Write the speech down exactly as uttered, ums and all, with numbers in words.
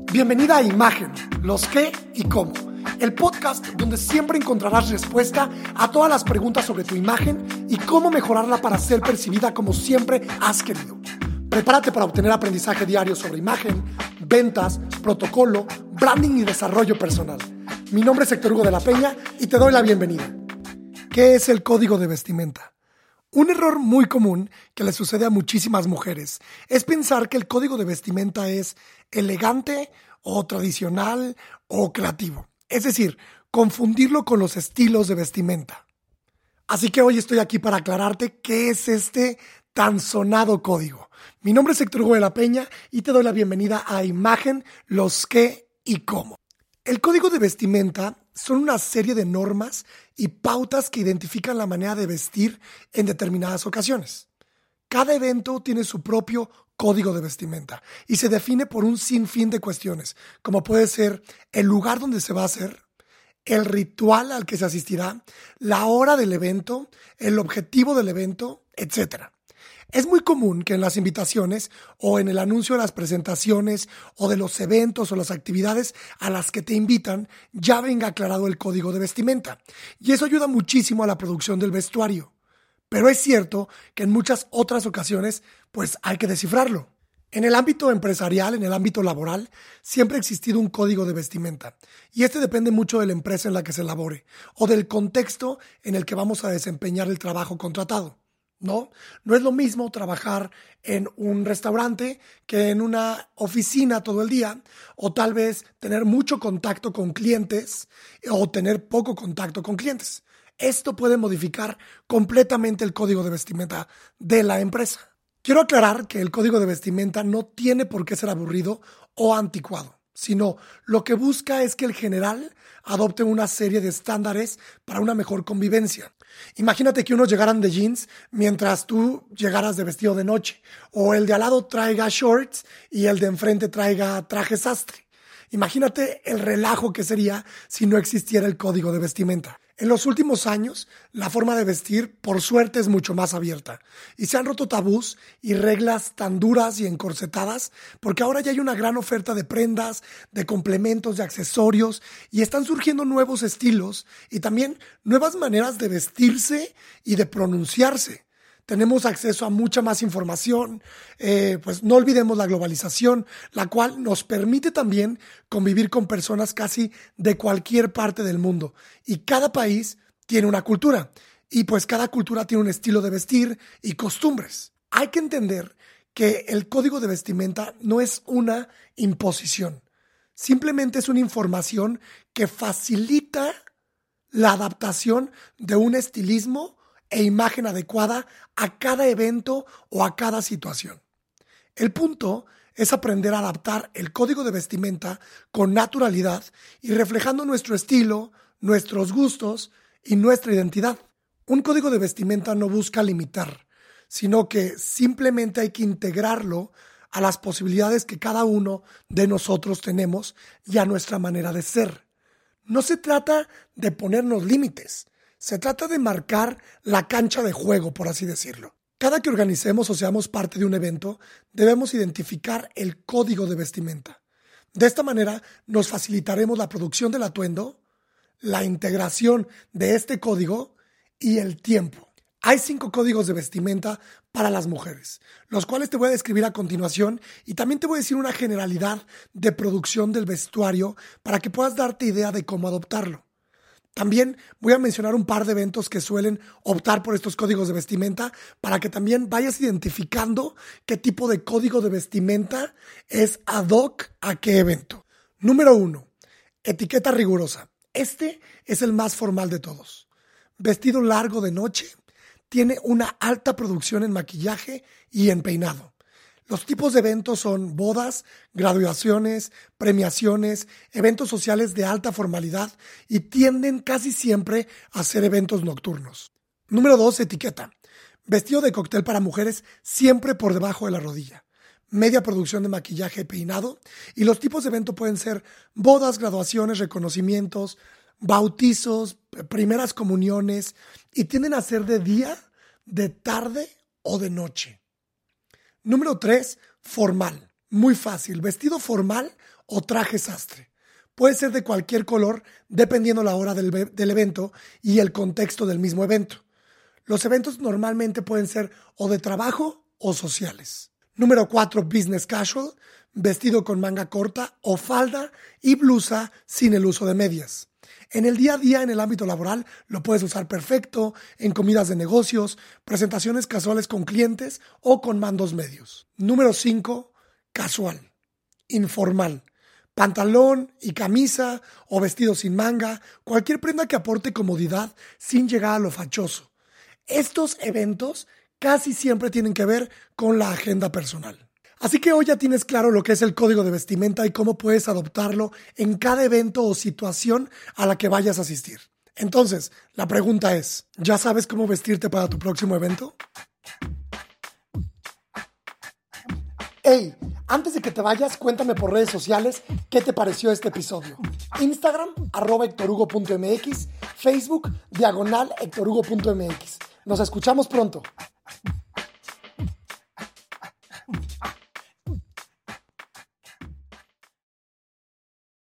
Bienvenida a Imagen, los qué y cómo. El podcast donde siempre encontrarás respuesta a todas las preguntas sobre tu imagen y cómo mejorarla para ser percibida como siempre has querido. Prepárate para obtener aprendizaje diario sobre imagen, ventas, protocolo, branding y desarrollo personal. Mi nombre es Héctor Hugo de la Peña y te doy la bienvenida. ¿Qué es el código de vestimenta? Un error muy común que le sucede a muchísimas mujeres es pensar que el código de vestimenta es elegante o tradicional o creativo. Es decir, confundirlo con los estilos de vestimenta. Así que hoy estoy aquí para aclararte qué es este tan sonado código. Mi nombre es Héctor Hugo de la Peña y te doy la bienvenida a Imagen, los qué y cómo. El código de vestimenta son una serie de normas y pautas que identifican la manera de vestir en determinadas ocasiones. Cada evento tiene su propio código de vestimenta y se define por un sinfín de cuestiones, como puede ser el lugar donde se va a hacer, el ritual al que se asistirá, la hora del evento, el objetivo del evento, etcétera. Es muy común que en las invitaciones o en el anuncio de las presentaciones o de los eventos o las actividades a las que te invitan ya venga aclarado el código de vestimenta. Y eso ayuda muchísimo a la producción del vestuario. Pero es cierto que en muchas otras ocasiones pues hay que descifrarlo. En el ámbito empresarial, en el ámbito laboral, siempre ha existido un código de vestimenta. Y este depende mucho de la empresa en la que se elabore o del contexto en el que vamos a desempeñar el trabajo contratado. ¿No? No es lo mismo trabajar en un restaurante que en una oficina todo el día, o tal vez tener mucho contacto con clientes o tener poco contacto con clientes. Esto puede modificar completamente el código de vestimenta de la empresa. Quiero aclarar que el código de vestimenta no tiene por qué ser aburrido o anticuado, sino lo que busca es que el general adopte una serie de estándares para una mejor convivencia. Imagínate que unos llegaran de jeans mientras tú llegaras de vestido de noche, o el de al lado traiga shorts y el de enfrente traiga traje sastre. Imagínate el relajo que sería si no existiera el código de vestimenta. En los últimos años, la forma de vestir, por suerte, es mucho más abierta. Y se han roto tabús y reglas tan duras y encorsetadas porque ahora ya hay una gran oferta de prendas, de complementos, de accesorios y están surgiendo nuevos estilos y también nuevas maneras de vestirse y de pronunciarse. Tenemos acceso a mucha más información, eh, pues no olvidemos la globalización, la cual nos permite también convivir con personas casi de cualquier parte del mundo. Y cada país tiene una cultura, y pues cada cultura tiene un estilo de vestir y costumbres. Hay que entender que el código de vestimenta no es una imposición, simplemente es una información que facilita la adaptación de un estilismo e imagen adecuada a cada evento o a cada situación. El punto es aprender a adaptar el código de vestimenta con naturalidad y reflejando nuestro estilo, nuestros gustos y nuestra identidad. Un código de vestimenta no busca limitar, sino que simplemente hay que integrarlo a las posibilidades que cada uno de nosotros tenemos y a nuestra manera de ser. No se trata de ponernos límites. Se trata de marcar la cancha de juego, por así decirlo. Cada que organicemos o seamos parte de un evento, debemos identificar el código de vestimenta. De esta manera, nos facilitaremos la producción del atuendo, la integración de este código y el tiempo. Hay cinco códigos de vestimenta para las mujeres, los cuales te voy a describir a continuación y también te voy a decir una generalidad de producción del vestuario para que puedas darte idea de cómo adoptarlo. También voy a mencionar un par de eventos que suelen optar por estos códigos de vestimenta para que también vayas identificando qué tipo de código de vestimenta es ad hoc a qué evento. Número uno. Etiqueta rigurosa. Este es el más formal de todos. Vestido largo de noche, tiene una alta producción en maquillaje y en peinado. Los tipos de eventos son bodas, graduaciones, premiaciones, eventos sociales de alta formalidad y tienden casi siempre a ser eventos nocturnos. Número dos. Etiqueta. Vestido de cóctel para mujeres siempre por debajo de la rodilla. Media producción de maquillaje y peinado. Y los tipos de evento pueden ser bodas, graduaciones, reconocimientos, bautizos, primeras comuniones y tienden a ser de día, de tarde o de noche. Número tres, formal. Muy fácil. Vestido formal o traje sastre. Puede ser de cualquier color dependiendo la hora del, del evento y el contexto del mismo evento. Los eventos normalmente pueden ser o de trabajo o sociales. Número cuatro, business casual, vestido con manga corta o falda y blusa sin el uso de medias. En el día a día, en el ámbito laboral, lo puedes usar perfecto, en comidas de negocios, presentaciones casuales con clientes o con mandos medios. Número cinco, casual, informal. Pantalón y camisa o vestido sin manga, cualquier prenda que aporte comodidad sin llegar a lo fachoso. Estos eventos casi siempre tienen que ver con la agenda personal. Así que hoy ya tienes claro lo que es el código de vestimenta y cómo puedes adoptarlo en cada evento o situación a la que vayas a asistir. Entonces, la pregunta es, ¿ya sabes cómo vestirte para tu próximo evento? Hey, antes de que te vayas, cuéntame por redes sociales qué te pareció este episodio. Instagram, arroba hectorhugo.mx, Facebook, diagonal hectorhugo.mx. Nos escuchamos pronto.